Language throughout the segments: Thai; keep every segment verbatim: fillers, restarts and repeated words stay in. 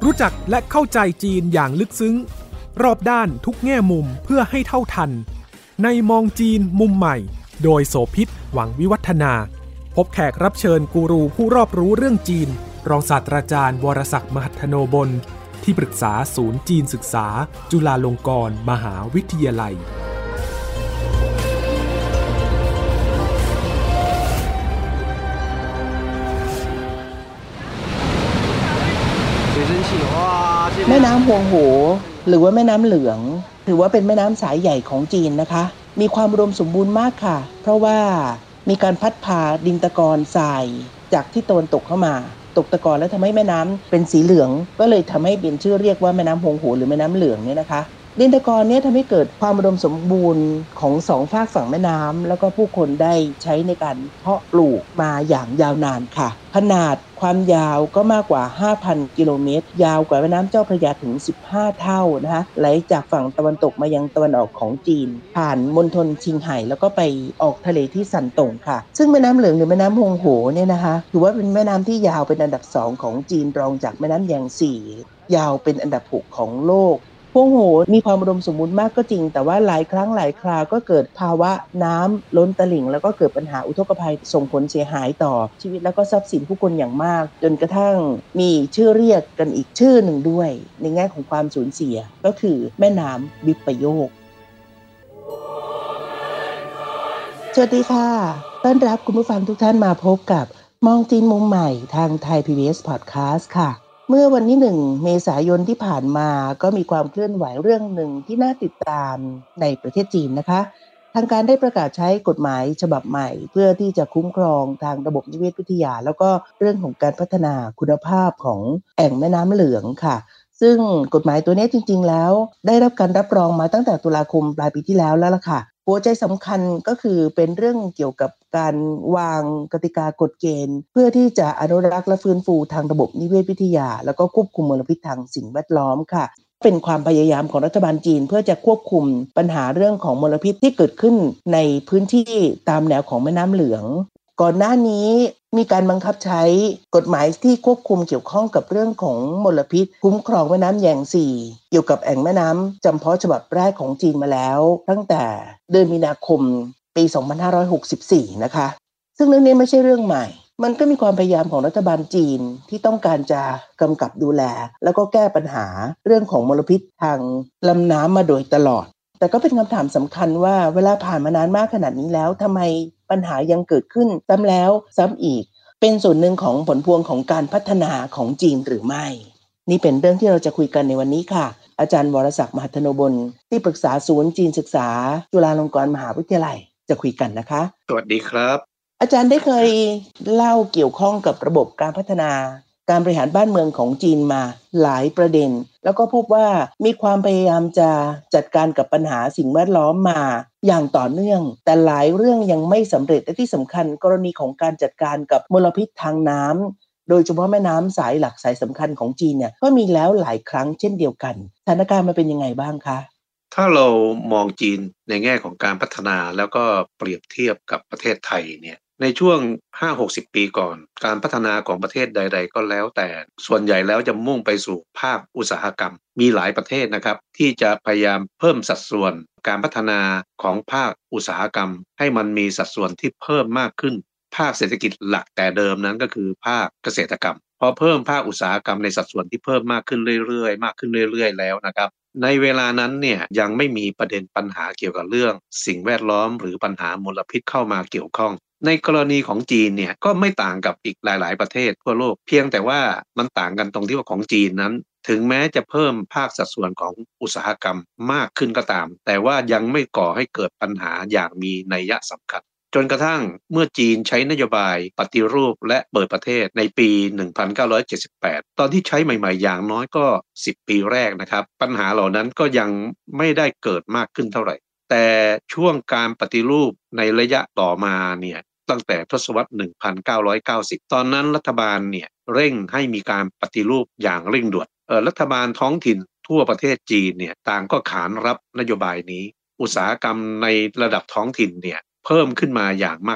รู้จักและเข้าใจจีนอย่างลึกซึ้งรอบด้านทุกแง่มุมเพื่อให้เท่าทันในมองจีนมุมใหม่โดยโสภิต หวังวิวัฒนาพบแขกรับเชิญกูรูผู้รอบรู้เรื่องจีนรองศาสตราจารย์วรศักดิ์มหัทโนบลที่ปรึกษาศูนย์จีนศึกษาจุฬาลงกรณ์มหาวิทยาลัยแม่น้ำฮวงโหหรือว่าแม่น้ำเหลืองถือว่าเป็นแม่น้ำสายใหญ่ของจีนนะคะมีความอุดมสมบูรณ์มากค่ะเพราะว่ามีการพัดพาดินตะกอนทรายจากที่ตะวันตกเข้ามาตกตะกอนแล้วทำให้แม่น้ำเป็นสีเหลืองก็เลยทำให้เป็นชื่อเรียกว่าแม่น้ำฮวงโหหรือแม่น้ำเหลืองเนี่ยนะคะดินตะกอนเนี่ยทำให้เกิดความอุดมสมบูรณ์ของสองฝากฝั่งแม่น้ำแล้วก็ผู้คนได้ใช้ในการเพาะปลูกมาอย่างยาวนานค่ะขนาดความยาวก็มากกว่า ห้าพัน กิโลเมตรยาวกว่าแม่น้ำเจ้าพระยาถึงสิบห้าเท่านะคะไหลจากฝั่งตะวันตกมายังตะวันออกของจีนผ่านมณฑลชิงไห่แล้วก็ไปออกทะเลที่ซันตงค่ะซึ่งแม่น้ำเหลืองหรือแม่น้ำฮวงโหเนี่ยนะคะถือว่าเป็นแม่น้ำที่ยาวเป็นอันดับสองของจีนรองจากแม่น้ำแยงซียาวเป็นอันดับหกของโลกฮวงโหมีความอุดมสมบูรณ์มากก็จริงแต่ว่าหลายครั้งหลายคราก็เกิดภาวะน้ำล้นตลิ่งแล้วก็เกิดปัญหาอุทกภัยส่งผลเสียหายต่อชีวิตแล้วก็ทรัพย์สินผู้คนอย่างมากจนกระทั่งมีชื่อเรียกกันอีกชื่อหนึ่งด้วยในแง่ของความสูญเสียก็คือแม่น้ำวิปโยคสวัสดีค่ะต้อนรับคุณผู้ฟังทุกท่านมาพบกับมองจีนมุมใหม่ทางไทย พี บี เอส Podcast ค่ะเมื่อวันที่หนึ่งเมษายนที่ผ่านมาก็มีความเคลื่อนไหวเรื่องหนึ่งที่น่าติดตามในประเทศจีนนะคะทางการได้ประกาศใช้กฎหมายฉบับใหม่เพื่อที่จะคุ้มครองทางระบบนิเวศวิทยาแล้วก็เรื่องของการพัฒนาคุณภาพของแอ่งแม่น้ำเหลืองค่ะซึ่งกฎหมายตัวนี้จริงๆแล้วได้รับการรับรองมาตั้งแต่ตุลาคมปลายปีที่แล้วแล้วล่ะค่ะหัวใจสำคัญก็คือเป็นเรื่องเกี่ยวกับการวางกติกากฎเกณฑ์เพื่อที่จะอนุรักษ์และฟื้นฟูทางระบบนิเวศวิทยาแล้วก็ควบคุมมลพิษทางสิ่งแวดล้อมค่ะเป็นความพยายามของรัฐบาลจีนเพื่อจะควบคุมปัญหาเรื่องของมลพิษที่เกิดขึ้นในพื้นที่ตามแนวของแม่น้ำเหลืองก่อนหน้านี้มีการบังคับใช้กฎหมายที่ควบคุมเกี่ยวข้องกับเรื่องของมลพิษคุ้มครองแม่น้ำแยงซีเกี่ยวกับแอ่งแม่น้ำจำเพาะฉบับแรกของจีนมาแล้วตั้งแต่เดือนมีนาคมปีสองพันห้าร้อยหกสิบสี่นะคะซึ่งเรื่องนี้ไม่ใช่เรื่องใหม่มันก็มีความพยายามของรัฐบาลจีนที่ต้องการจะกำกับดูแลแล้วก็แก้ปัญหาเรื่องของมลพิษทางลำน้ำมาโดยตลอดแต่ก็เป็นคำถามสำคัญว่าเวลาผ่านมานานมากขนาดนี้แล้วทำไมปัญหายังเกิดขึ้นซ้ำแล้วซ้ำอีกเป็นส่วนหนึ่งของผลพวงของการพัฒนาของจีนหรือไม่นี่เป็นเรื่องที่เราจะคุยกันในวันนี้ค่ะอาจารย์วรศักดิ์มหัทโนบลที่ปรึกษาศูนย์จีนศึกษาจุฬาลงกรณ์มหาวิทยาลัยจะคุยกันนะคะสวัสดีครับอาจารย์ได้เคยเล่าเกี่ยวข้องกับระบบการพัฒนาการบริหารบ้านเมืองของจีนมาหลายประเด็นแล้วก็พบว่ามีความพยายามจะจัดการกับปัญหาสิ่งแวดล้อมมาอย่างต่อเนื่องแต่หลายเรื่องยังไม่สำเร็จและที่สำคัญกรณีของการจัดการกับมลพิษทางน้ำโดยเฉพาะแม่น้ำสายหลักสายสำคัญของจีนเนี่ยก็มีแล้วหลายครั้งเช่นเดียวกันสถานการณ์มันเป็นยังไงบ้างคะถ้าเรามองจีนในแง่ของการพัฒนาแล้วก็เปรียบเทียบกับประเทศไทยเนี่ยในช่วง ห้าหกสิบ ปีก่อนการพัฒนาของประเทศใดๆก็แล้วแต่ส่วนใหญ่แล้วจะมุ่งไปสู่ภาคอุตสาหกรรมมีหลายประเทศนะครับที่จะพยายามเพิ่มสัดส่วนการพัฒนาของภาคอุตสาหกรรมให้มันมีสัดส่วนที่เพิ่มมากขึ้นภาคเศรษฐกิจหลักแต่เดิมนั้นก็คือภาคเกษตรกรรมพอเพิ่มภาคอุตสาหกรรมในสัดส่วนที่เพิ่มมากขึ้นเรื่อยๆมากขึ้นเรื่อยๆแล้วนะครับในเวลานั้นเนี่ยยังไม่มีประเด็นปัญหาเกี่ยวกับเรื่องสิ่งแวดล้อมหรือปัญหามลพิษเข้ามาเกี่ยวข้องในกรณีของจีนเนี่ยก็ไม่ต่างกับอีกหลายๆประเทศทั่วโลกเพียงแต่ว่ามันต่างกันตรงที่ว่าของจีนนั้นถึงแม้จะเพิ่มภาคสัดส่วนของอุตสาหกรรมมากขึ้นก็ตามแต่ว่ายังไม่ก่อให้เกิดปัญหาอย่างมีนัยสำคัญจนกระทั่งเมื่อจีนใช้นโยบายปฏิรูปและเปิดประเทศในปีหนึ่งพันเก้าร้อยเจ็ดสิบแปดตอนที่ใช้ใหม่ๆอย่างน้อยก็สิบปีแรกนะครับปัญหาเหล่านั้นก็ยังไม่ได้เกิดมากขึ้นเท่าไหร่แต่ช่วงการปฏิรูปในระยะต่อมาเนี่ยตั้งแต่ทศวรรษหนึ่งพันเก้าร้อยเก้าสิบตอนนั้นรัฐบาลเนี่ยเร่งให้มีการปฏิรูปอย่างเร่งด่วนเอ่อรัฐบาลท้องถิ่นทั่วประเทศจีนเนี่ยต่างก็ขานรับนโยบายนี้อุตสาหกรรมในระดับท้องถิ่นเนี่ยเพิ่มขึ้นมาอย่างมากมาย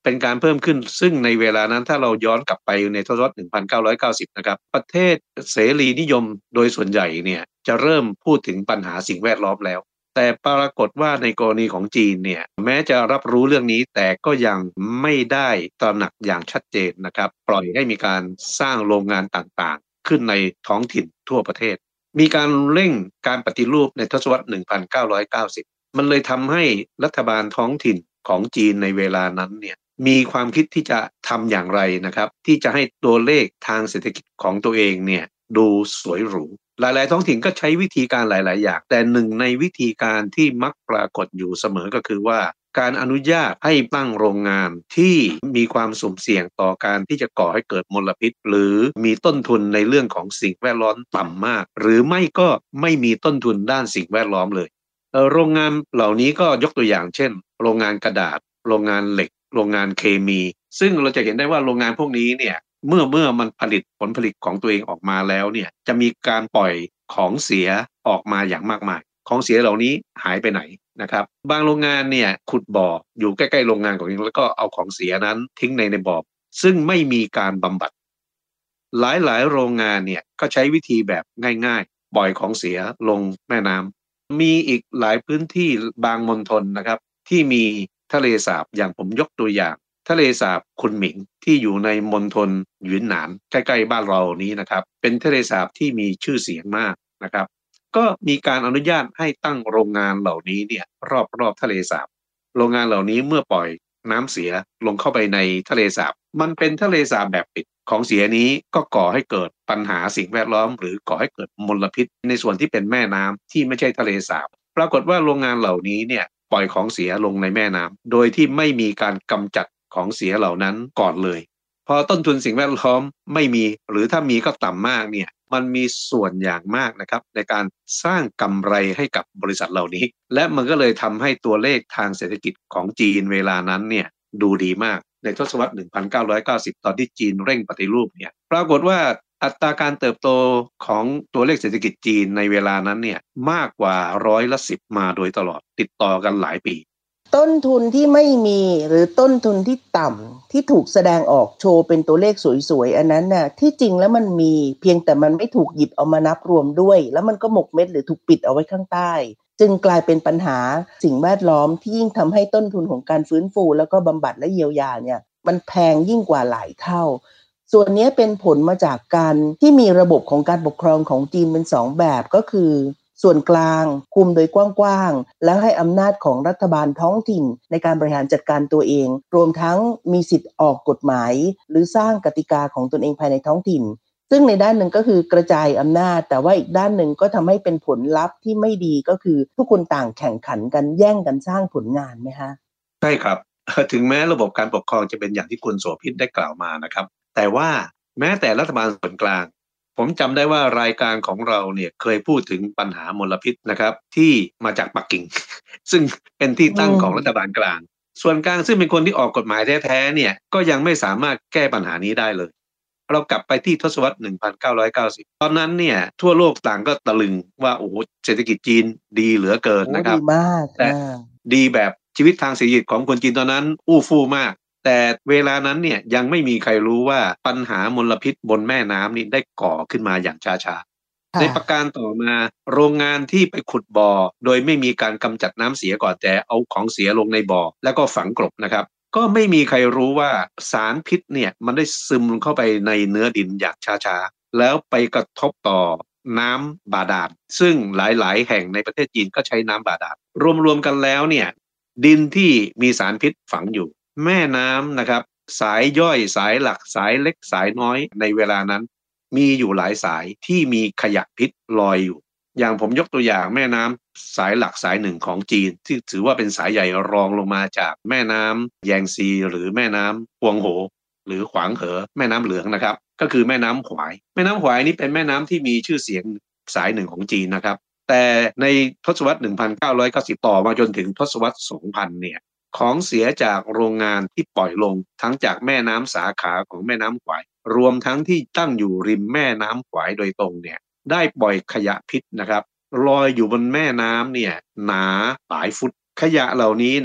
เป็นการเพิ่มขึ้นซึ่งในเวลานั้นถ้าเราย้อนกลับไปในทศวรรษหนึ่งพันเก้าร้อยเก้าสิบนะครับประเทศเสรีนิยมโดยส่วนใหญ่เนี่ยจะเริ่มพูดถึงปัญหาสิ่งแวดล้อมแล้วแต่ปรากฏว่าในกรณีของจีนเนี่ยแม้จะรับรู้เรื่องนี้แต่ก็ยังไม่ได้ตระหนักอย่างชัดเจนนะครับปล่อยให้มีการสร้างโรงงานต่างๆขึ้นในท้องถิ่นทั่วประเทศมีการเร่งการปฏิรูปในทศวรรษหนึ่งพันเก้าร้อยเก้าสิบมันเลยทำให้รัฐบาลท้องถิ่นของจีนในเวลานั้นเนี่ยมีความคิดที่จะทำอย่างไรนะครับที่จะให้ตัวเลขทางเศรษฐกิจของตัวเองเนี่ยดูสวยหรูหลายๆท้องถิ่นก็ใช้วิธีการหลายๆอย่างแต่หนึ่งในวิธีการที่มักปรากฏอยู่เสมอก็คือว่าการอนุญาตให้ตั้งโรงงานที่มีความสุ่มเสี่ยงต่อการที่จะก่อให้เกิดมลพิษหรือมีต้นทุนในเรื่องของสิ่งแวดล้อมต่ำมากหรือไม่ก็ไม่มีต้นทุนด้านสิ่งแวดล้อมเลยโรงงานเหล่านี้ก็ยกตัวอย่างเช่นโรงงานกระดาษโรงงานเหล็กโรงงานเคมีซึ่งเราจะเห็นได้ว่าโรงงานพวกนี้เนี่ยเมื่อเมื่อมันผลิตผลผลิตของตัวเองออกมาแล้วเนี่ยจะมีการปล่อยของเสียออกมาอย่างมากมายของเสียเหล่านี้หายไปไหนนะครับบางโรงงานเนี่ยขุดบ่ออยู่ใกล้ๆโรงงานของเองแล้วก็เอาของเสียนั้นทิ้งในในบ่อซึ่งไม่มีการบำบัดหลายๆโรงงานเนี่ยก็ใช้วิธีแบบง่ายๆปล่อยของเสียลงแม่น้ำมีอีกหลายพื้นที่บางมณฑลนะครับที่มีทะเลสาบอย่างผมยกตัวอย่างทะเลสาบคุนหมิงที่อยู่ในมณฑลหยวนหนานใกล้ๆบ้านเรานี้นะครับเป็นทะเลสาบที่มีชื่อเสียงมากนะครับก็มีการอนุญาตให้ตั้งโรงงานเหล่านี้เนี่ยรอบๆทะเลสาบโรงงานเหล่านี้เมื่อปล่อยน้ำเสียลงเข้าไปในทะเลสาบมันเป็นทะเลสาบแบบปิดของเสียนี้ก็ก่อให้เกิดปัญหาสิ่งแวดล้อมหรือก่อให้เกิดมลพิษในส่วนที่เป็นแม่น้ำที่ไม่ใช่ทะเลสาบปรากฏว่าโรงงานเหล่านี้เนี่ยปล่อยของเสียลงในแม่น้ำโดยที่ไม่มีการกำจัดของเสียเหล่านั้นก่อนเลยพอต้นทุนสิ่งแวดล้อมไม่มีหรือถ้ามีก็ต่ำมากเนี่ยมันมีส่วนอย่างมากนะครับในการสร้างกำไรให้กับบริษัทเหล่านี้และมันก็เลยทำให้ตัวเลขทางเศรษฐกิจของจีนเวลานั้นเนี่ยดูดีมากในทศวรรษหนึ่งพันเก้าร้อยเก้าสิบตอนที่จีนเร่งปฏิรูปเนี่ยปรากฏว่าอัตราการเติบโตของตัวเลขเศรษฐกิจจีนในเวลานั้นเนี่ยมากกว่าร้อยละสิบมาโดยตลอดติดต่อกันหลายปีต้นทุนที่ไม่มีหรือต้นทุนที่ต่ำที่ถูกแสดงออกโชว์เป็นตัวเลขสวยๆอันนั้นน่ะที่จริงแล้วมันมีเพียงแต่มันไม่ถูกหยิบเอามานับรวมด้วยแล้วมันก็หมกเม็ดหรือถูกปิดเอาไว้ข้างใต้จึงกลายเป็นปัญหาสิ่งแวดล้อมที่ยิ่งทำให้ต้นทุนของการฟื้นฟูแล้วก็บำบัดและเยียวยาเนี่ยมันแพงยิ่งกว่าหลายเท่าส่วนนี้เป็นผลมาจากการที่มีระบบของการปกครองของจีนเป็นสองแบบก็คือส่วนกลางคุมโดยกว้างๆแล้วให้อำนาจของรัฐบาลท้องถิ่นในการบริหารจัดการตัวเองรวมทั้งมีสิทธิ์ออกกฎหมายหรือสร้างกติกาของตนเองภายในท้องถิ่นซึ่งในด้านหนึ่งก็คือกระจายอำนาจแต่ว่าอีกด้านหนึ่งก็ทำให้เป็นผลลัพธ์ที่ไม่ดีก็คือทุกคนต่างแข่งขันกันแย่งกันสร้างผลงานไหมคะใช่ครับถึงแม้ระบบการปกครองจะเป็นอย่างที่คุณโสภิตได้กล่าวมานะครับแต่ว่าแม้แต่รัฐบาลส่วนกลางผมจำได้ว่ารายการของเราเนี่ยเคยพูดถึงปัญหามลพิษนะครับที่มาจากปักกิ่ง ซึ่งเป็นที่ตั้งของรัฐบาลกลางส่วนกลางซึ่งเป็นคนที่ออกกฎหมายแท้ๆเนี่ยก็ยังไม่สามารถแก้ปัญหานี้ได้เลยเรากลับไปที่ทศวรรษหนึ่งพันเก้าร้อยเก้าสิบตอนนั้นเนี่ยทั่วโลกต่างก็ตะลึงว่าโอ้โหเศรษฐกิจจีนดีเหลือเกินนะครับดีมากแต่ดีแบบชีวิตทางเศรษฐกิจของคนจีนตอนนั้นอู้ฟู่มากแต่เวลานั้นเนี่ยยังไม่มีใครรู้ว่าปัญหามลพิษบนแม่น้ำนี่ได้ก่อขึ้นมาอย่างช้าๆในประการต่อมาโรงงานที่ไปขุดบ่อโดยไม่มีการกำจัดน้ำเสียก่อนแต่เอาของเสียลงในบ่อแล้วก็ฝังกลบนะครับก็ไม่มีใครรู้ว่าสารพิษเนี่ยมันได้ซึมเข้าไปในเนื้อดินอย่างช้าๆแล้วไปกระทบต่อน้ำบาดาลซึ่งหลายๆแห่งในประเทศจีนก็ใช้น้ำบาดาลรวมๆกันแล้วเนี่ยดินที่มีสารพิษฝังอยู่แม่น้ำนะครับสายย่อยสายหลักสายเล็กสายน้อยในเวลานั้นมีอยู่หลายสายที่มีขยะพิษลอยอยู่อย่างผมยกตัวอย่างแม่น้ำสายหลักสายหนึ่งของจีนที่ถือว่าเป็นสายใหญ่รองลงมาจากแม่น้ำแยงซีหรือแม่น้ำกวงโหหรือขวางเหอแม่น้ำเหลืองนะครับก็คือแม่น้ำขวายแม่น้ำขวายนี้เป็นแม่น้ำที่มีชื่อเสียงสายหนึ่งของจีนนะครับแต่ในทศวรรษหนึ่งพันเก้าร้อยเก้าสิบต่อมาจนถึงทศวรรษสองพันเนี่ยของเสียจากโรงงานที่ปล่อยลงทั้งจากแม่น้ำสาขาของแม่น้ำขวายรวมทั้งที่ตั้งอยู่ริมแม่น้ำขวายโดยตรงเนี่ยได้ปล่อยขยะพิษนะครับลอยอยู่บนแม่น้ำเนี่ยหนาหลายฟุตขยะเหล่านี้นะครับ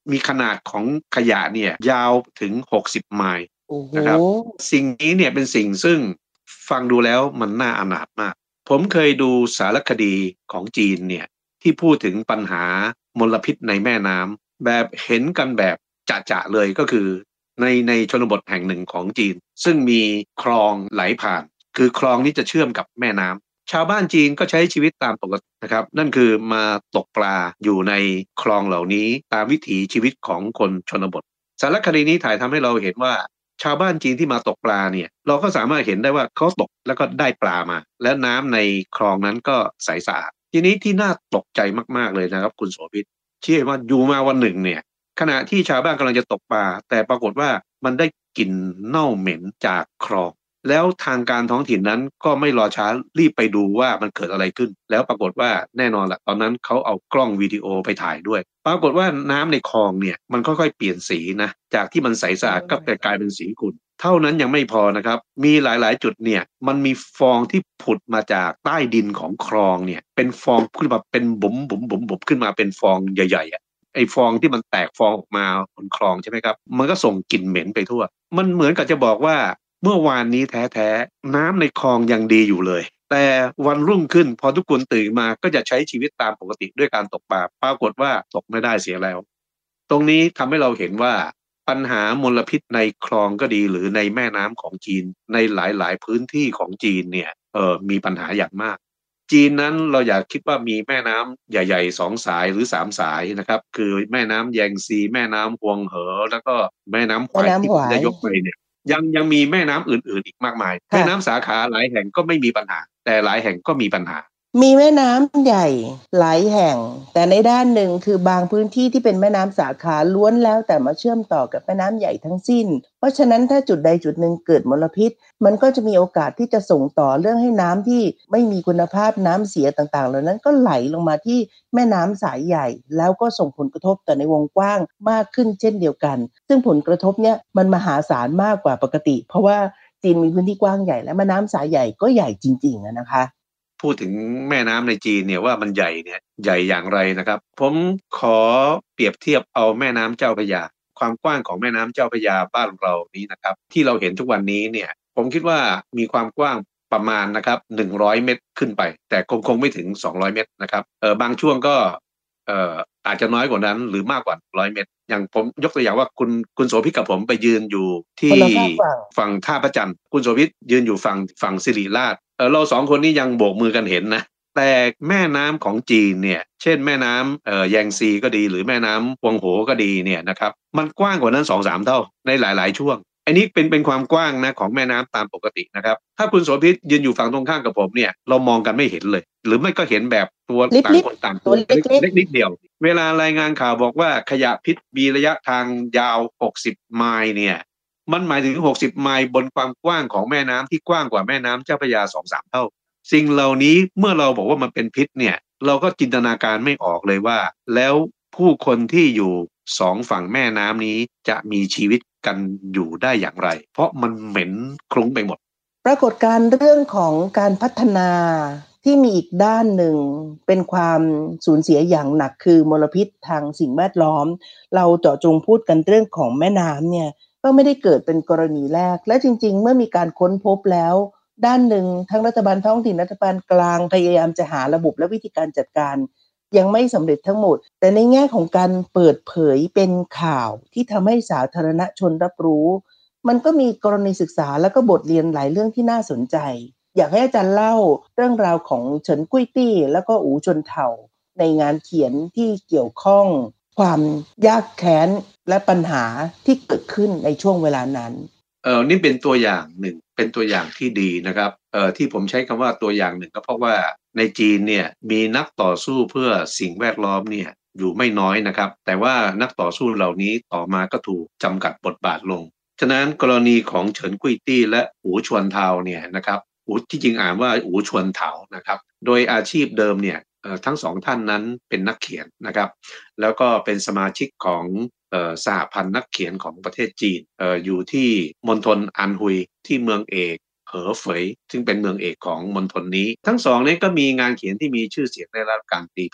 มีขนาดของขยะเนี่ยยาวถึงหกสิบไมล์โอ้โหนะครับสิ่งนี้เนี่ยเป็นสิ่งซึ่งฟังดูแล้วมันน่าอนาถมากผมเคยดูสารคดีของจีนเนี่ยที่พูดถึงปัญหามลพิษในแม่น้ำแบบเห็นกันแบบจะๆเลยก็คือในในชนบทแห่งหนึ่งของจีนซึ่งมีคลองไหลผ่านคือคลองนี้จะเชื่อมกับแม่น้ำชาวบ้านจีนก็ใช้ชีวิตตามปกตินะครับนั่นคือมาตกปลาอยู่ในคลองเหล่านี้ตามวิถีชีวิตของคนชนบทสารคดีนี้ถ่ายทำให้เราเห็นว่าชาวบ้านจีนที่มาตกปลาเนี่ยเราก็สามารถเห็นได้ว่าเขาตกแล้วก็ได้ปลามาและน้ำในคลองนั้นก็ใสสะอาดทีนี้ที่น่าตกใจมากๆเลยนะครับคุณโสภิตเชื่อว่าอยู่มาวันหนึ่งเนี่ยขณะที่ชาวบ้านกำลังจะตกปลาแต่ปรากฏว่ามันได้กลิ่นเน่าเหม็นจากคลองแล้วทางการท้องถิ่นนั้นก็ไม่รอช้ารีบไปดูว่ามันเกิดอะไรขึ้นแล้วปรากฏว่าแน่นอนละตอนนั้นเขาเอากล้องวิดีโอไปถ่ายด้วยปรากฏว่าน้ำในคลองเนี่ยมันค่อยๆเปลี่ยนสีนะจากที่มันใสสะอาดก็กลายเป็นสีขุ่นเท่านั้นยังไม่พอนะครับมีหลายๆจุดเนี่ยมันมีฟองที่ผุดมาจากใต้ดินของคลองเนี่ยเป็นฟองขึ้นมาเป็นบุ๋มบุ๋มบุ๋มบุ๋มขึ้นมาเป็นฟองใหญ่ๆอ่ะไอ้ฟองที่มันแตกฟองออกมาบนคลองใช่ไหมครับมันก็ส่งกลิ่นเหม็นไปทั่วมันเหมือนกับจะบอกว่าเมื่อวานนี้แท้ๆน้ำในคลองยังดีอยู่เลยแต่วันรุ่งขึ้นพอทุกคนตื่นมาก็จะใช้ชีวิตตามปกติด้วยการตกปลาปรากฏว่าตกไม่ได้เสียแล้วตรงนี้ทำให้เราเห็นว่าปัญหามลพิษในคลองก็ดีหรือในแม่น้ำของจีนในหลายๆพื้นที่ของจีนเนี่ยเออมีปัญหาอย่างมากจีนนั้นเราอยากคิดว่ามีแม่น้ำใหญ่ๆสองสายหรือสามสายนะครับคือแม่น้ำแยงซีแม่น้ำฮวงเหอแล้วก็แม่น้ำหแม่วายที่น้ำหวายผมจะยกไปเนี่ยยังยังมีแม่น้ำอื่นๆอีกมากมายแม่ค่ะน้ำสาขาหลายแห่งก็ไม่มีปัญหาแต่หลายแห่งก็มีปัญหามีแม่น้ำใหญ่หลายแห่งแต่ในด้านหนึ่งคือบางพื้นที่ที่เป็นแม่น้ำสาขาล้วนแล้วแต่มาเชื่อมต่อกับแม่น้ำใหญ่ทั้งสิ้นเพราะฉะนั้นถ้าจุดใดจุดหนึ่งเกิดมลพิษมันก็จะมีโอกาสที่จะส่งต่อเรื่องให้น้ำที่ไม่มีคุณภาพน้ำเสียต่างๆเหล่านั้นก็ไหลลงมาที่แม่น้ำสายใหญ่แล้วก็ส่งผลกระทบต่อในวงกว้างมากขึ้นเช่นเดียวกันซึ่งผลกระทบเนี้ยมันมหาศาลมากกว่าปกติเพราะว่าจีนมีพื้นที่กว้างใหญ่และแม่น้ำสายใหญ่ก็ใหญ่จริงๆนะคะพูดถึงแม่น้ำในจีนเนี่ยว่ามันใหญ่เนี่ยใหญ่อย่างไรนะครับผมขอเปรียบเทียบเอาแม่น้ำเจ้าพระยาความกว้างของแม่น้ำเจ้าพระยาบ้านเรานี้นะครับที่เราเห็นทุกวันนี้เนี่ยผมคิดว่ามีความกว้างประมาณนะครับหนึ่งร้อยเมตรขึ้นไปแต่คงคงไม่ถึงสองร้อยเมตรนะครับเออบางช่วงก็เอ่ออาจจะน้อยกว่านั้นหรือมากกว่าหนึ่งร้อยเมตรอย่างผมยกตัวอย่างว่าคุณคุณโสภิตกับผมไปยืนอยู่คนที่ละฝากฝั่งฝั่งท่าพระจันทร์คุณโสภิตยืนอยู่ฝั่งฝั่งสิริราช เออเราสองคนนี้ยังโบกมือกันเห็นนะแต่แม่น้ำของจีนเนี่ยเช่นแม่น้ำเอ่อแยงซีก็ดีหรือแม่น้ำฮวงโหก็ดีเนี่ยนะครับมันกว้างกว่านั้น สองถึงสาม เท่าในหลายๆช่วงอันนี้เป็นเป็นความกว้างนะของแม่น้ำตามปกตินะครับถ้าคุณโสภิตยืนอยู่ฝั่งตรงข้ามกับผมเนี่ยเรามองกันไม่เห็นเลยหรือไม่ก็เห็นแบบตัวต่างลิบคนต่างๆตัวเล็กเล็กนิดเดียวเวลารายงานข่าวบอกว่าขยะพิษมีระยะทางยาวหกสิบไมล์เนี่ยมันหมายถึงหกสิบไมล์บนความกว้างของแม่น้ำที่กว้างกว่าแม่น้ำเจ้าพระยา สองถึงสาม เท่าสิ่งเหล่านี้เมื่อเราบอกว่ามันเป็นพิษเนี่ยเราก็จินตนาการไม่ออกเลยว่าแล้วผู้คนที่อยู่สองฝั่งแม่น้ำนี้จะมีชีวิตกันอยู่ได้อย่างไรเพราะมันเหม็นคลุ้งไปหมดปรากฏการณ์เรื่องของการพัฒนาที่มีอีกด้านหนึ่งเป็นความสูญเสียอย่างหนักคือมลพิษทางสิ่งแวดล้อมเราเจาะจงพูดกันเรื่องของแม่น้ำเนี่ยก็ไม่ได้เกิดเป็นกรณีแรกและจริงๆเมื่อมีการค้นพบแล้วด้านหนึ่งทั้งรัฐบาลท้องถิ่นรัฐบาลกลางพยายามจะหาระบบและวิธีการจัดการยังไม่สำเร็จทั้งหมดแต่ในแง่ของการเปิดเผยเป็นข่าวที่ทำให้สาธารณชนรับรู้มันก็มีกรณีศึกษาแล้วก็บทเรียนหลายเรื่องที่น่าสนใจอยากให้อาจารย์เล่าเรื่องราวของเฉินกุ้ยตี้แล้วก็อู๋ชนเถ่าในงานเขียนที่เกี่ยวข้องความยากแค้นและปัญหาที่เกิดขึ้นในช่วงเวลานั้นเออนี่เป็นตัวอย่างหนึ่งเป็นตัวอย่างที่ดีนะครับเออที่ผมใช้คำว่าตัวอย่างหนึ่งก็เพราะว่าในจีนเนี่ยมีนักต่อสู้เพื่อสิ่งแวดล้อมเนี่ยอยู่ไม่น้อยนะครับแต่ว่านักต่อสู้เหล่านี้ต่อมาก็ถูกจำกัดบทบาทลงฉะนั้นกรณีของเฉินกุ้ยตี้และอู๋ชวนเทาเนี่ยนะครับอู๋ที่จริงอ่านว่าอู๋ชวนเถานะครับโดยอาชีพเดิมเนี่ยทั้งสองท่านนั้นเป็นนักเขียนนะครับแล้วก็เป็นสมาชิกของสหพันธ์นักเขียนของประเทศจีน อ, ออยู่ที่มณฑลอันฮุยที่เมืองเอกเหอเฟยซึ่งเป็นเมืองเอกของมณฑลนี้ทั้งสองนี้ก็มีงานเขียนที่มีชื่อเสียงได้รับการตีพิมพ์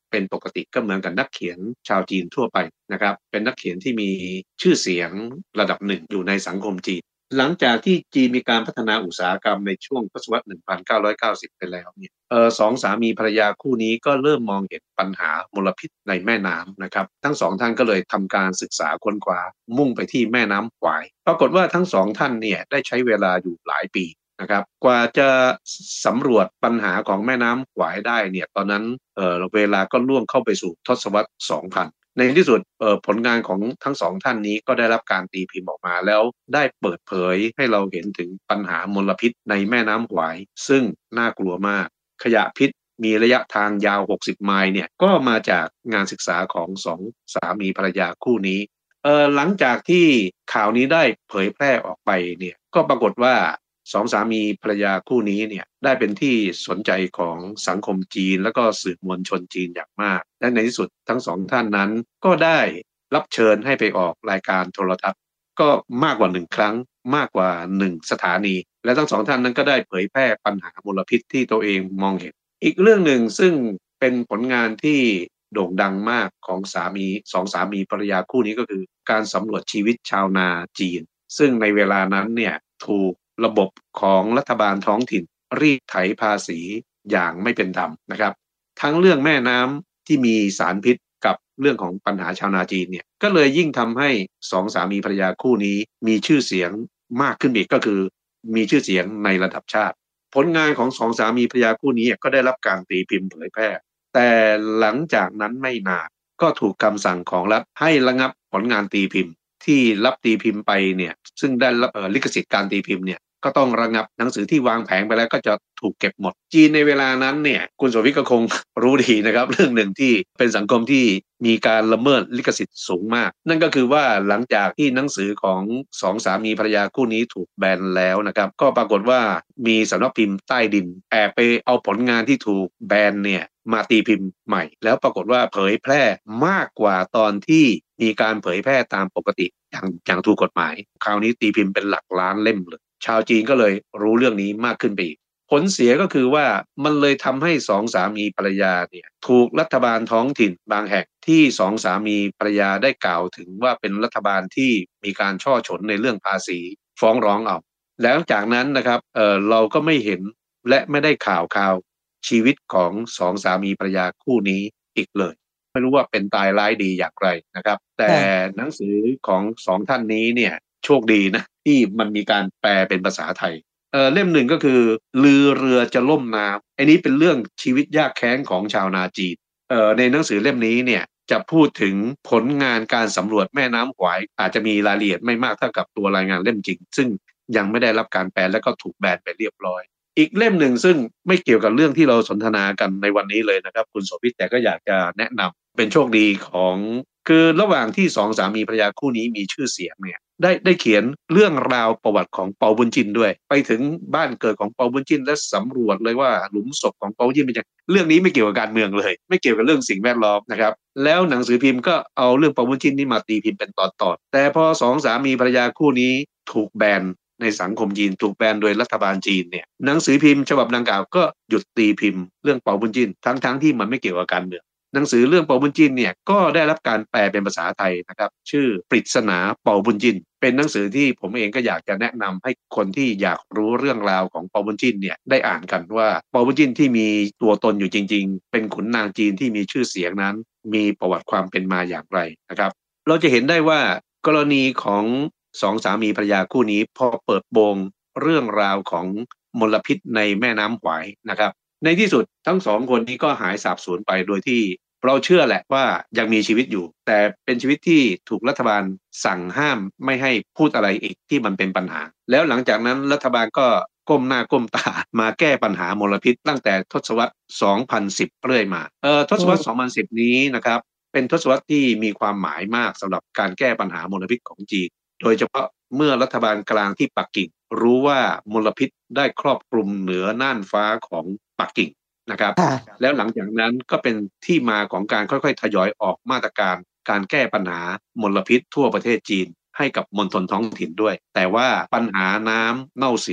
เป็นปกติก็เหมือนกับนักเขียนชาวจีนทั่วไปนะครับเป็นนักเขียนที่มีชื่อเสียงระดับหนึ่งอยู่ในสังคมจีนหลังจากที่จีนมีการพัฒนาอุตสาหกรรมในช่วงทศวรรษหนึ่งพันเก้าร้อยเก้าสิบไปแล้วเนี่ยเออสองสามีภรรยาคู่นี้ก็เริ่มมองเห็นปัญหามลพิษในแม่น้ำนะครับทั้งสองท่านก็เลยทำการศึกษาค้นคว้ามุ่งไปที่แม่น้ำหวายปรากฏว่าทั้งสองท่านเนี่ยได้ใช้เวลาอยู่หลายปีนะครับกว่าจะสำรวจปัญหาของแม่น้ำหวายได้เนี่ยตอนนั้นเออเวลาก็ล่วงเข้าไปสู่ทศวรรษสองพันในที่สุดผลงานของทั้งสองท่านนี้ก็ได้รับการตีพิมพ์ออกมาแล้วได้เปิดเผยให้เราเห็นถึงปัญหามลพิษในแม่น้ำหวายซึ่งน่ากลัวมากขยะพิษมีระยะทางยาวหกสิบไมล์เนี่ยก็มาจากงานศึกษาของสองสามีภรรยาคู่นี้เออหลังจากที่ข่าวนี้ได้เผยแพร่ออกไปเนี่ยก็ปรากฏว่าสองสามีภรรยาคู่นี้เนี่ยได้เป็นที่สนใจของสังคมจีนและก็สื่อมวลชนจีนอย่างมากและในที่สุดทั้งสองท่านนั้นก็ได้รับเชิญให้ไปออกรายการโทรทัศน์ก็มากกว่าหนึ่งครั้งมากกว่าหนึ่งสถานีและทั้งสองท่านนั้นก็ได้เผยแพร่ปัญหามลพิษที่ตัวเองมองเห็นอีกเรื่องหนึ่งซึ่งเป็นผลงานที่โด่งดังมากของสามีสองสามีภรรยาคู่นี้ก็คือการสำรวจชีวิตชาวนาจีนซึ่งในเวลานั้นเนี่ยถูกระบบของรัฐบาลท้องถิ่นรีดไถภาษีอย่างไม่เป็นธรรมนะครับทั้งเรื่องแม่น้ำที่มีสารพิษกับเรื่องของปัญหาชาวนาจีนเนี่ยก็เลยยิ่งทำให้สองสามีภรรยาคู่นี้มีชื่อเสียงมากขึ้นอีกก็คือมีชื่อเสียงในระดับชาติผลงานของสองสามีภรรยาคู่นี้ก็ได้รับการตีพิมพ์เผยแพร่แต่หลังจากนั้นไม่นานก็ถูกคำสั่งของรัฐให้ระงับผลงานตีพิมพ์ที่รับตีพิมพ์ไปเนี่ยซึ่งได้ลิขสิทธิ์การตีพิมพ์เนี่ยก็ต้องระงับหนังสือที่วางแผงไปแล้วก็จะถูกเก็บหมดจีนในเวลานั้นเนี่ยคุณโสภิตก็คงรู้ดีนะครับเรื่องหนึ่งที่เป็นสังคมที่มีการละเมิดลิขสิทธิ์สูงมากนั่นก็คือว่าหลังจากที่หนังสือของสองสามีภรรยาคู่นี้ถูกแบนแล้วนะครับก็ปรากฏว่ามีสำนักพิมพ์ใต้ดินแอบไปเอาผลงานที่ถูกแบนเนี่ยมาตีพิมพ์ใหม่แล้วปรากฏว่าเผยแพร่มากกว่าตอนที่มีการเผยแพร่ตามปกติอย่างอย่างถูกกฎหมายคราวนี้ตีพิมพ์เป็นหลักล้านเล่มเลยชาวจีนก็เลยรู้เรื่องนี้มากขึ้นไปอีกผลเสียก็คือว่ามันเลยทำให้สองสามีภรรยาเนี่ยถูกรัฐบาลท้องถิ่นบางแห่งที่สองสามีภรรยาได้กล่าวถึงว่าเป็นรัฐบาลที่มีการช่อฉนในเรื่องภาษีฟ้องร้องเอาแล้วจากนั้นนะครับเออเราก็ไม่เห็นและไม่ได้ข่าวข่าวชีวิตของสองสามีภรรยาคู่นี้อีกเลยไม่รู้ว่าเป็นตายร้ายดีอย่างไรนะครับแต่หนังสือของสองท่านนี้เนี่ยโชคดีนะที่มันมีการแปลเป็นภาษาไทยเอ่อเล่มหนึ่งก็คือลือเรือจะล่มน้ำอันนี้เป็นเรื่องชีวิตยากแค้นของชาวนาจีนเอ่อในหนังสือเล่มนี้เนี่ยจะพูดถึงผลงานการสำรวจแม่น้ำหวายอาจจะมีรายละเอียดไม่มากเท่ากับตัวรายงานเล่มจริงซึ่งยังไม่ได้รับการแปลและก็ถูกแบนไปเรียบร้อยอีกเล่มหนึ่งซึ่งไม่เกี่ยวกับเรื่องที่เราสนทนากันในวันนี้เลยนะครับคุณโสภิตแต่ก็อยากจะแนะนำเป็นโชคดีของคือระหว่างที่สองสามีภรรยาคู่นี้มีชื่อเสียงเนี่ยได้ได้เขียนเรื่องราวประวัติของเปาบุญจินด้วยไปถึงบ้านเกิดของเปาบุญจินและสำรวจเลยว่าหลุมศพของเปาบุญจินเป็นยังไงเรื่องนี้ไม่เกี่ยวกับการเมืองเลยไม่เกี่ยวกับเรื่องสิ่งแวดล้อมนะครับแล้วหนังสือพิมพ์ก็เอาเรื่องเปาบุญจินนี่มาตีพิมพ์เป็นตอนๆแต่พอสองสามีภรรยาคู่นี้ถูกแบนในสังคมจีนถูกแบนโดยรัฐบาลจีนเนี่ยหนังสือพิมพ์ฉบับดังกล่าวก็หยุดตีพิมพ์เรื่องเปาบุญจินทั้งๆที่มันไม่เกี่ยวกับการเมืองหนังสือเรื่องเปาบุญจินเนี่ยก็ได้รับการแปลเป็นภาษาไทยนะครับชื่อปริศนาเปาบุญจินเป็นหนังสือที่ผมเองก็อยากจะแนะนำให้คนที่อยากรู้เรื่องราวของเปาบุญจินเนี่ยได้อ่านกันว่าเปาบุญจินที่มีตัวตนอยู่จริงๆเป็นขุนนางจีนที่มีชื่อเสียงนั้นมีประวัติความเป็นมาอย่างไรนะครับเราจะเห็นได้ว่ากรณีของสองสามีภรรยาคู่นี้พอเปิดโปงเรื่องราวของมลพิษในแม่น้ำหวายนะครับในที่สุดทั้งสองคนนี้ก็หายสาบสูญไปโดยที่เราเชื่อแหละว่ายังมีชีวิตอยู่แต่เป็นชีวิตที่ถูกรัฐบาลสั่งห้ามไม่ให้พูดอะไรอีกที่มันเป็นปัญหาแล้วหลังจากนั้นรัฐบาลก็ก้มหน้าก้มตามาแก้ปัญหามลพิษตั้งแต่ทศวรรษสองพันสิบเรื่อยมาเอ่อทศวรรษสองพันสิบนี้นะครับเป็นทศวรรษที่มีความหมายมากสำหรับการแก้ปัญหามลพิษของจีนโดยเฉพาะเมื่อรัฐบาลกลางที่ปักกิ่งรู้ว่ามลพิษได้ครอบคลุมเหนือน่านฟ้าของปักกิ่งนะครับแล้วหลังจากนั้นก็เป็นที่มาของการค่อยๆทยอยออกมาตรการการแก้ปัญหามลพิษทั่วประเทศจีนให้กับมณฑลท้องถิ่นด้วยแต่ว่าปัญหาน้ำเน่าเสีย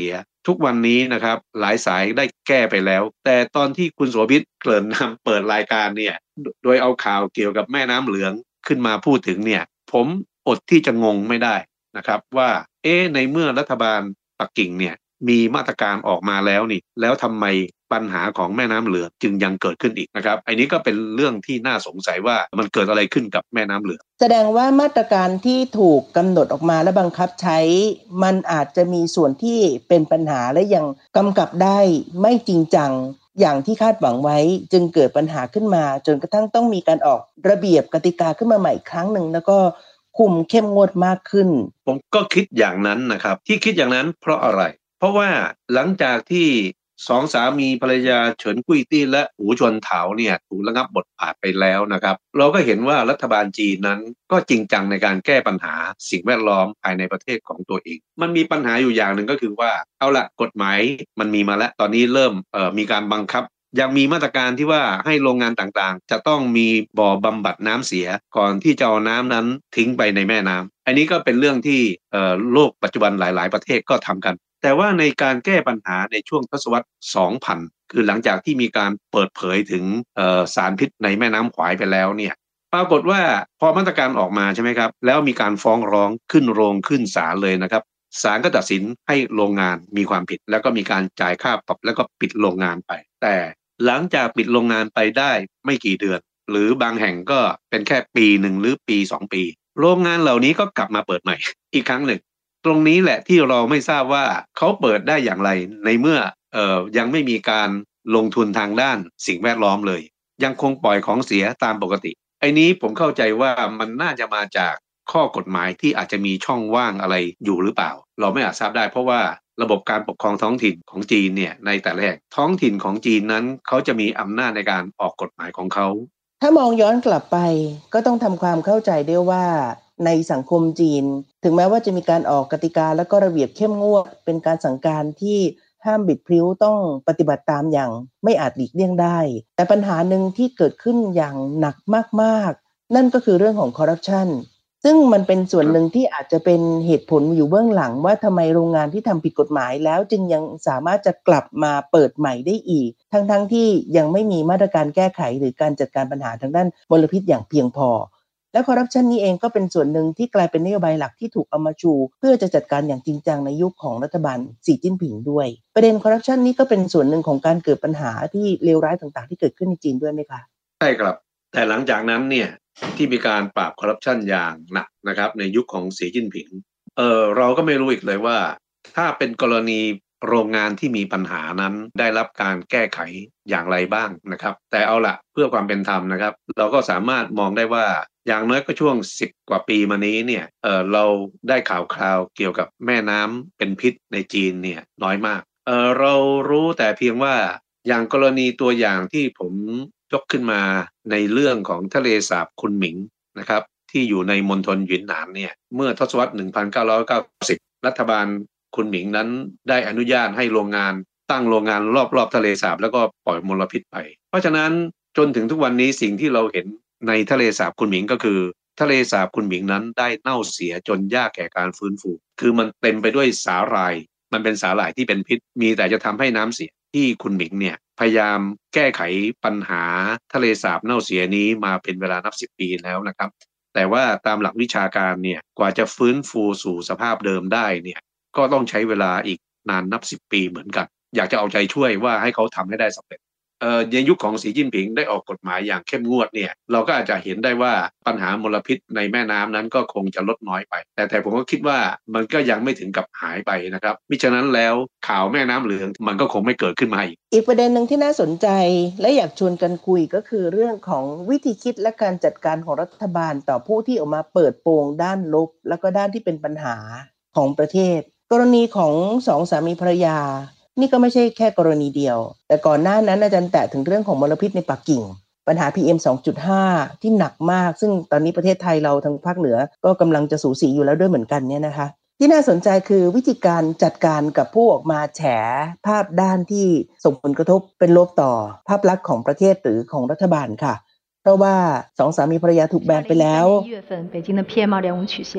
ทุกวันนี้นะครับหลายสายได้แก้ไปแล้วแต่ตอนที่คุณโสภิตเกริ่นนำเปิดรายการเนี่ยโดยเอาข่าวเกี่ยวกับแม่น้ำเหลืองขึ้นมาพูดถึงเนี่ยผมอดที่จะงงไม่ได้นะครับว่าเอ๊ะในเมื่อรัฐบาลปักกิ่งเนี่ยมีมาตรการออกมาแล้วนี่แล้วทำไมปัญหาของแม่น้ำเหลืองจึงยังเกิดขึ้นอีกนะครับอันนี้ก็เป็นเรื่องที่น่าสงสัยว่ามันเกิดอะไรขึ้นกับแม่น้ำเหลืองแสดงว่ามาตรการที่ถูกกำหนดออกมาและบังคับใช้มันอาจจะมีส่วนที่เป็นปัญหาและยังกำกับได้ไม่จริงจังอย่างที่คาดหวังไว้จึงเกิดปัญหาขึ้นมาจนกระทั่งต้องมีการออกระเบียบกติกาขึ้นมาใหม่อีกครั้งหนึ่งแล้วก็คุมเข้มงวดมากขึ้นผมก็คิดอย่างนั้นนะครับที่คิดอย่างนั้นเพราะอะไรเพราะว่าหลังจากที่สองสามีภรรยาเฉินกุ้ยตี้และหูชวนเถาเนี่ยถูกระงับบทบาทไปแล้วนะครับเราก็เห็นว่ารัฐบาลจีนนั้นก็จริงจังในการแก้ปัญหาสิ่งแวดล้อมภายในประเทศของตัวเองมันมีปัญหาอยู่อย่างหนึ่งก็คือว่าเอาละกฎหมายมันมีมาแล้วตอนนี้เริ่มเอ่อมีการบังคับยังมีมาตรการที่ว่าให้โรงงานต่างๆจะต้องมีบ่อบำบัดน้ำเสียก่อนที่จะเอาน้ำนั้นทิ้งไปในแม่น้ำอันนี้ก็เป็นเรื่องที่เอ่อโลกปัจจุบันหลายๆประเทศก็ทำกันแต่ว่าในการแก้ปัญหาในช่วงทศวรรษ สองพัน คือหลังจากที่มีการเปิดเผยถึงเอ่อสารพิษในแม่น้ำขวายไปแล้วเนี่ยปรากฏว่าพอมาตรการออกมาใช่ไหมครับแล้วมีการฟ้องร้องขึ้นโรงขึ้นศาลเลยนะครับศาลก็ตัดสินให้โรงงานมีความผิดแล้วก็มีการจ่ายค่าปรับแล้วก็ปิดโรงงานไปแต่หลังจากปิดโรงงานไปได้ไม่กี่เดือนหรือบางแห่งก็เป็นแค่ปีหนึ่งหรือปีสองปีโรงงานเหล่านี้ก็กลับมาเปิดใหม่อีกครั้งหนึ่งตรงนี้แหละที่เราไม่ทราบว่าเขาเปิดได้อย่างไรในเมื่อเอ่อยังไม่มีการลงทุนทางด้านสิ่งแวดล้อมเลยยังคงปล่อยของเสียตามปกติไอ้นี้ผมเข้าใจว่ามันน่าจะมาจากข้อกฎหมายที่อาจจะมีช่องว่างอะไรอยู่หรือเปล่าเราไม่อาจทราบได้เพราะว่าระบบการปกครองท้องถิ่นของจีนเนี่ยในแต่ละแห่งท้องถิ่นของจีนนั้นเขาจะมีอำนาจในการออกกฎหมายของเขาถ้ามองย้อนกลับไปก็ต้องทำความเข้าใจด้วยว่าในสังคมจีนถึงแม้ว่าจะมีการออกกติกาและก็ระเบียบเข้มงวดเป็นการสั่งการที่ห้ามบิดพลิ้วต้องปฏิบัติตามอย่างไม่อาจหลีกเลี่ยงได้แต่ปัญหาหนึ่งที่เกิดขึ้นอย่างหนักมากๆนั่นก็คือเรื่องของคอร์รัปชันซึ่งมันเป็นส่วนหนึ่งที่อาจจะเป็นเหตุผลอยู่เบื้องหลังว่าทำไมโรงงานที่ทำผิดกฎหมายแล้วจึงยังสามารถจะกลับมาเปิดใหม่ได้อีกทั้งๆที่ยังไม่มีมาตรการแก้ไขหรือการจัดการปัญหาทางด้านมลพิษอย่างเพียงพอและคอร์รัปชันนี้เองก็เป็นส่วนหนึ่งที่กลายเป็นนโยบายหลักที่ถูกเอามาชูเพื่อจะจัดการอย่างจริงจังในยุคของรัฐบาลสีจิ้นผิงด้วยประเด็นคอร์รัปชันนี้ก็เป็นส่วนหนึ่งของการเกิดปัญหาที่เลวร้ายต่างๆที่เกิดขึ้นในจีนด้วยไหมคะใช่ครับแต่หลังจากนั้นเนี่ยที่มีการปราบคอร์รัปชันอย่างหนักนะครับในยุคของสีจิ้นผิงเออเราก็ไม่รู้อีกเลยว่าถ้าเป็นกรณีโรงงานที่มีปัญหานั้นได้รับการแก้ไขอย่างไรบ้างนะครับแต่เอาละเพื่อความเป็นธรรมนะครับเราก็สามารถมองได้ว่าอย่างน้อยก็ช่วงสิบกว่าปีมานี้เนี่ยเออเราได้ข่าวคราวเกี่ยวกับแม่น้ำเป็นพิษในจีนเนี่ยน้อยมากเออเรารู้แต่เพียงว่าอย่างกรณีตัวอย่างที่ผมยกขึ้นมาในเรื่องของทะเลสาบคุนหมิงนะครับที่อยู่ในมณฑลหยินหนานเนี่ยเมื่อทศวรรษหนึ่งพันเก้าร้อยเก้าสิบรัฐบาลคุนหมิงนั้นได้อนุญาตให้โรงงานตั้งโรงงานรอบๆทะเลสาบแล้วก็ปล่อยมลพิษไปเพราะฉะนั้นจนถึงทุกวันนี้สิ่งที่เราเห็นในทะเลสาบคุนหมิงก็คือทะเลสาบคุนหมิงนั้นได้เน่าเสียจนยากแก่การฟื้นฟูคือมันเต็มไปด้วยสาหร่ายมันเป็นสาหร่ายที่เป็นพิษมีแต่จะทำให้น้ำเสียที่คุนหมิงเนี่ยพยายามแก้ไขปัญหาทะเลสาบเน่าเสียนี้มาเป็นเวลานับสิบปีแล้วนะครับแต่ว่าตามหลักวิชาการเนี่ยกว่าจะฟื้นฟูสู่สภาพเดิมได้เนี่ยก็ต้องใช้เวลาอีกนานนับสิบปีเหมือนกันอยากจะเอาใจช่วยว่าให้เขาทำให้ได้สำเร็จเอ่อในยุคของสีจิ้นผิงได้ออกกฎหมายอย่างเข้มงวดเนี่ยเราก็อาจจะเห็นได้ว่าปัญหามลพิษในแม่น้ำนั้นก็คงจะลดน้อยไปแต่แต่ผมก็คิดว่ามันก็ยังไม่ถึงกับหายไปนะครับมิฉะนั้นแล้วข่าวแม่น้ำเหลืองมันก็คงไม่เกิดขึ้นมาอีกอีกประเด็นหนึ่งที่น่าสนใจและอยากชวนกันคุยก็คือเรื่องของวิธีคิดและการจัดการของรัฐบาลต่อผู้ที่ออกมาเปิดโปงด้านลบแล้วก็ด้านที่เป็นปัญหาของประเทศกรณีของสองสามีภรรยานี่ก็ไม่ใช่แค่กรณีเดียวแต่ก่อนหน้านั้นอาจารย์แตะถึงเรื่องของมลพิษในปักกิ่งปัญหา พี เอ็ม สองจุดห้า ที่หนักมากซึ่งตอนนี้ประเทศไทยเราทางภาคเหนือก็กำลังจะสูสีอยู่แล้วด้วยเหมือนกันเนี่ยนะคะที่น่าสนใจคือวิธีการจัดการกับผู้ออกมาแฉภาพด้านที่ส่งผลกระทบเป็นลบต่อภาพลักษณ์ของประเทศหรือของรัฐบาลค่ะเพราะว่าสองสามีภรรยาถูกแบนไปแล้ว月份北京的 พี เอ็ม 二点五 曲线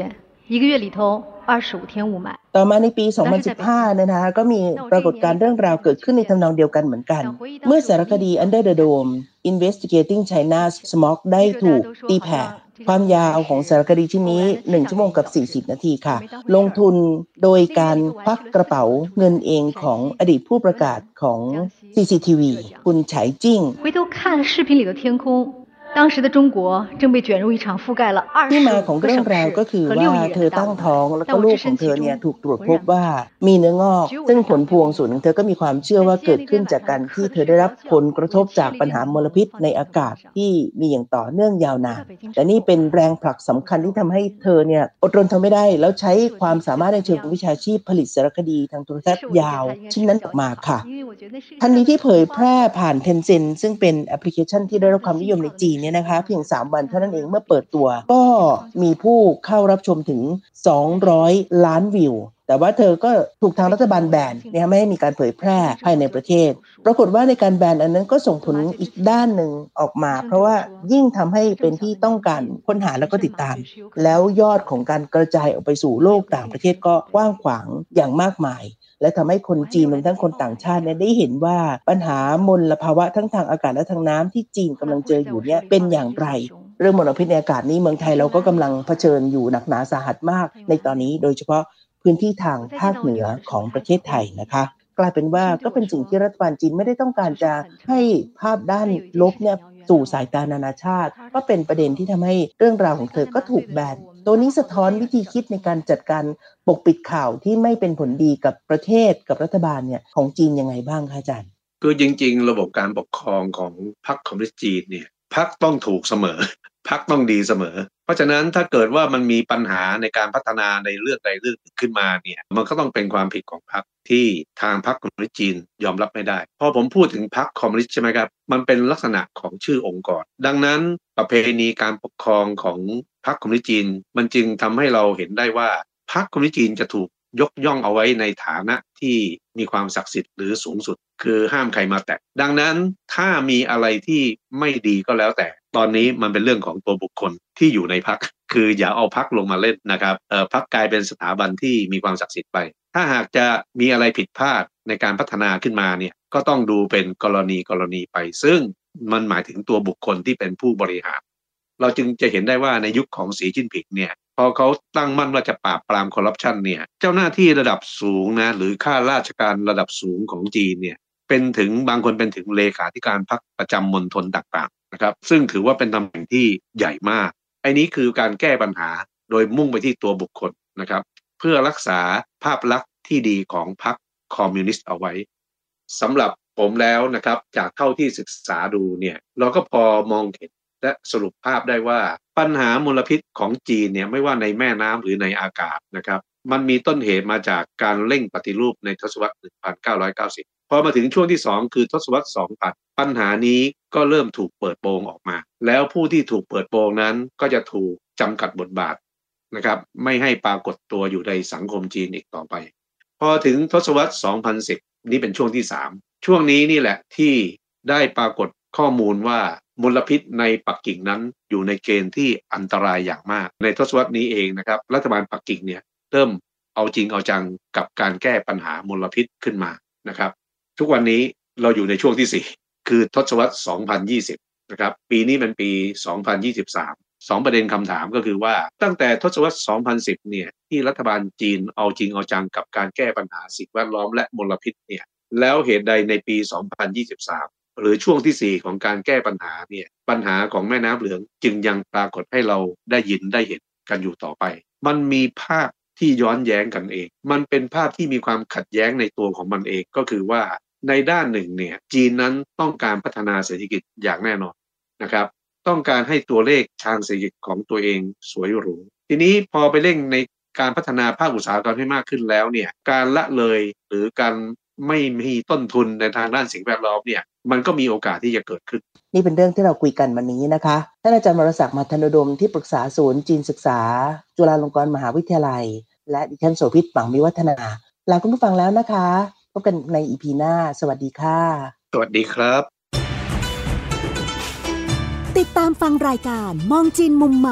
一个月里头二十五天雾霾ต่อมาในปีสองพันสิบห้าเนี่ยนะคะก็มีปรากฏการณ์เรื่องราวเกิดขึ้นในทำนองเดียวกันเหมือนกันเมื่อสารคดี Under the Dome Investigating China's Smog ได้ถูกตีแผ่ความยาวของสารคดีชิ้นนี้หนึ่งชั่วโมงกับสี่สิบนาทีค่ะลงทุนโดยการควักกระเป๋าเงินเองของอดีตผู้ประกาศของ ซี ซี ที วี คุณไฉจิ้ง回头看视频里的天空当时的中国正被卷入一场覆盖了二十ที่มา五ของ个เรื่อง省ราวก็คือ市和ว่า六亿เธ人อ的大ตั้ง雾ท้องแล้วก็ลูกของเธอเนี่ยถูกตรวจพบว่ามีเนื้องอกซึ่งผลพวงส่วนหนึ่งเธอก็มีความเชื่อว่าเกิดขึ้นจากการที่เธอได้รับผลกระทบจากปัญหามลพิษในอากาศที่มีอย่างต่อเนื่องยาวนานแต่นี่เป็นแรงผลักสำคัญที่ทำให้เธอเนี่ยอดรนทนไม่ได้แล้วใช้ความสามารถในเชิงวิชาชีพผลิตสารคดีทางโทรทัศน์ยาวชิ้นนั้นออกมาค่ะทันทีที่เผยแพร่ผ่าน Tencent ซึ่งเป็นแอปพลิเคชันที่ได้รับความนิยมในจีนเนี่ยนะคะเพียงสามวันเท่านั้นเองเมื่อเปิดตัวก็มีผู้เข้ารับชมถึงสองร้อยล้านวิวแต่ว่าเธอก็ถูกทางรัฐบาลแบนเนี่ยไม่ให้มีการเผยแพร่ภายในประเทศปรากฏว่าในการแบนอันนั้นก็ส่งผลอีกด้านหนึ่งออกมาเพราะว่ายิ่งทำให้เป็นที่ต้องการค้นหาแล้วก็ติดตามแล้วยอดของการกระจายออกไปสู่โลกต่างประเทศก็กว้างขวางอย่างมากมายและทำให้คนจีนรวมทั้งคนต่างชาติเนี่ยได้เห็นว่าปัญหามลภาวะทั้งทางอากาศและทางน้ำที่จีนกำลังเจออยู่เนี่ยเป็นอย่างไรเรื่องมลพิษในอากาศนี้เมืองไทยเราก็กำลังเผชิญอยู่หนักหนาสาหัสมากในตอนนี้โดยเฉพาะพื้นที่ทางภาคเหนือของประเทศไทยนะคะกลายเป็นว่าก็เป็นสิ่งที่รัฐบาลจีนไม่ได้ต้องการจะให้ภาพด้านลบเนี่ยสู่สายตานานาชาติก็เป็นประเด็นที่ทำให้เรื่องราวของเธอก็ถูกแบนตัวนี้สะท้อนวิธีคิดในการจัดการปกปิดข่าวที่ไม่เป็นผลดีกับประเทศกับรัฐบาลเนี่ยของจีนยังไงบ้างคะอาจารย์คือจริงๆระบบการปกครองของพรรคคอมมิวนิสต์จีนเนี่ยพรรคต้องถูกเสมอพรรคต้องดีเสมอเพราะฉะนั้นถ้าเกิดว่ามันมีปัญหาในการพัฒนาในเรื่องใดเรื่องหนึ่งขึ้นมาเนี่ยมันก็ต้องเป็นความผิดของพรรคที่ทางพรรคคอมมิวนิสต์จีนยอมรับไม่ได้พอผมพูดถึงพรรคคอมมิวนิสต์ใช่ไหมครับมันเป็นลักษณะของชื่อองค์กรดังนั้นประเพณีการปกครองของพรรคคอมมิวนิสต์จีนมันจึงทำให้เราเห็นได้ว่าพรรคคอมมิวนิสต์จีนจะถูกยกย่องเอาไว้ในฐานะที่มีความศักดิ์สิทธิ์หรือสูงสุดคือห้ามใครมาแตะดังนั้นถ้ามีอะไรที่ไม่ดีก็แล้วแต่ตอนนี้มันเป็นเรื่องของตัวบุคคลที่อยู่ในพรรคคืออย่าเอาพรรคลงมาเล่นนะครับเอ่อพรรคกลายเป็นสถาบันที่มีความศักดิ์สิทธิ์ไปถ้าหากจะมีอะไรผิดพลาดในการพัฒนาขึ้นมาเนี่ยก็ต้องดูเป็นกรณีกรณีไปซึ่งมันหมายถึงตัวบุคคลที่เป็นผู้บริหารเราจึงจะเห็นได้ว่าในยุคของสีจิ้นผิงเนี่ยพอเขาตั้งมั่นว่าจะปราบปรามคอร์รัปชันเนี่ยเจ้าหน้าที่ระดับสูงนะหรือข้าราชการระดับสูงของจีนเนี่ยเป็นถึงบางคนเป็นถึงเลขาธิการพรรคประจำมณฑลต่างๆนะครับซึ่งถือว่าเป็นตำแหน่งที่ใหญ่มากไอ้นี้คือการแก้ปัญหาโดยมุ่งไปที่ตัวบุคคลนะครับเพื่อรักษาภาพลักษณ์ที่ดีของพรรคคอมมิวนิสต์เอาไว้สำหรับผมแล้วนะครับจากเท่าที่ศึกษาดูเนี่ยเราก็พอมองเห็นและสรุปภาพได้ว่าปัญหามลพิษของจีนเนี่ยไม่ว่าในแม่น้ำหรือในอากาศนะครับมันมีต้นเหตุมาจากการเร่งปฏิรูปในทศวรรษหนึ่งพันเก้าร้อยเก้าสิบพอมาถึงช่วงที่สองคือทศวรรษสองพันปัญหานี้ก็เริ่มถูกเปิดโปงออกมาแล้วผู้ที่ถูกเปิดโปงนั้นก็จะถูกจำกัดบทบาทนะครับไม่ให้ปรากฏตัวอยู่ในสังคมจีนอีกต่อไปพอถึงทศวรรษสองพันสิบนี่เป็นช่วงที่สามช่วงนี้นี่แหละที่ได้ปรากฏข้อมูลว่ามลพิษในปักกิ่งนั้นอยู่ในเกณฑ์ที่อันตรายอย่างมากในทศวรรษนี้เองนะครับรัฐบาลปักกิ่งเนี่ยเริ่มเอาจริงเอาจังกับการแก้ปัญหามลพิษขึ้นมานะครับทุกวันนี้เราอยู่ในช่วงที่สี่คือทศวรรษสองพันยี่สิบนะครับปีนี้เป็นปีสองพันยี่สิบสามสองประเด็นคำถามก็คือว่าตั้งแต่ทศวรรษสองพันสิบเนี่ยที่รัฐบาลจีนเอาจริงเอาจังกับการแก้ปัญหาสิ่งแวดล้อมและมลพิษเนี่ยแล้วเหตุใดในปีสองพันยี่สิบสามหรือช่วงที่สี่ของการแก้ปัญหาเนี่ยปัญหาของแม่น้ำเหลืองจึงยังปรากฏให้เราได้ยินได้เห็นกันอยู่ต่อไปมันมีภาพที่ย้อนแย้งกันเองมันเป็นภาพที่มีความขัดแย้งในตัวของมันเองก็คือว่าในด้านหนึ่งเนี่ยจีนนั้นต้องการพัฒนาเศรษฐกิจอย่างแน่นอนนะครับต้องการให้ตัวเลขทางเศรษฐกิจของตัวเองสวยหรูทีนี้พอไปเร่งในการพัฒนาภาคอุตสาหกรรมให้มากขึ้นแล้วเนี่ยการละเลยหรือการไม่มีต้นทุนในทางด้านสิ่งแวดล้อมเนี่ยมันก็มีโอกาสที่จะเกิดขึ้นนี่เป็นเรื่องที่เราคุยกันวันนี้นะคะท่านอาจารย์วรศักดิ์ มาธนดมที่ปรึกษาศูนย์จีนศึกษาจุฬาลงกรณ์มหาวิทยาลัยและดิฉันโสภิต หวังวิวัฒนาลาคุณผู้ฟังแล้วนะคะพบกันใน อี พี หน้าสวัสดีค่ะสวัสดีครับติดตามฟังรายการมองจีนมุมใหม่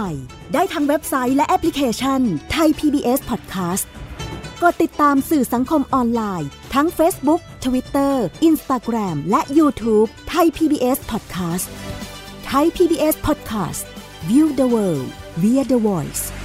ได้ทั้งเว็บไซต์และแอปพลิเคชัน Thai พี บี เอส Podcast กดติดตามสื่อสังคมออนไลน์ทั้ง Facebook, Twitter, Instagram และ YouTube Thai พี บี เอส Podcast Thai พี บี เอส Podcast View the world via the voice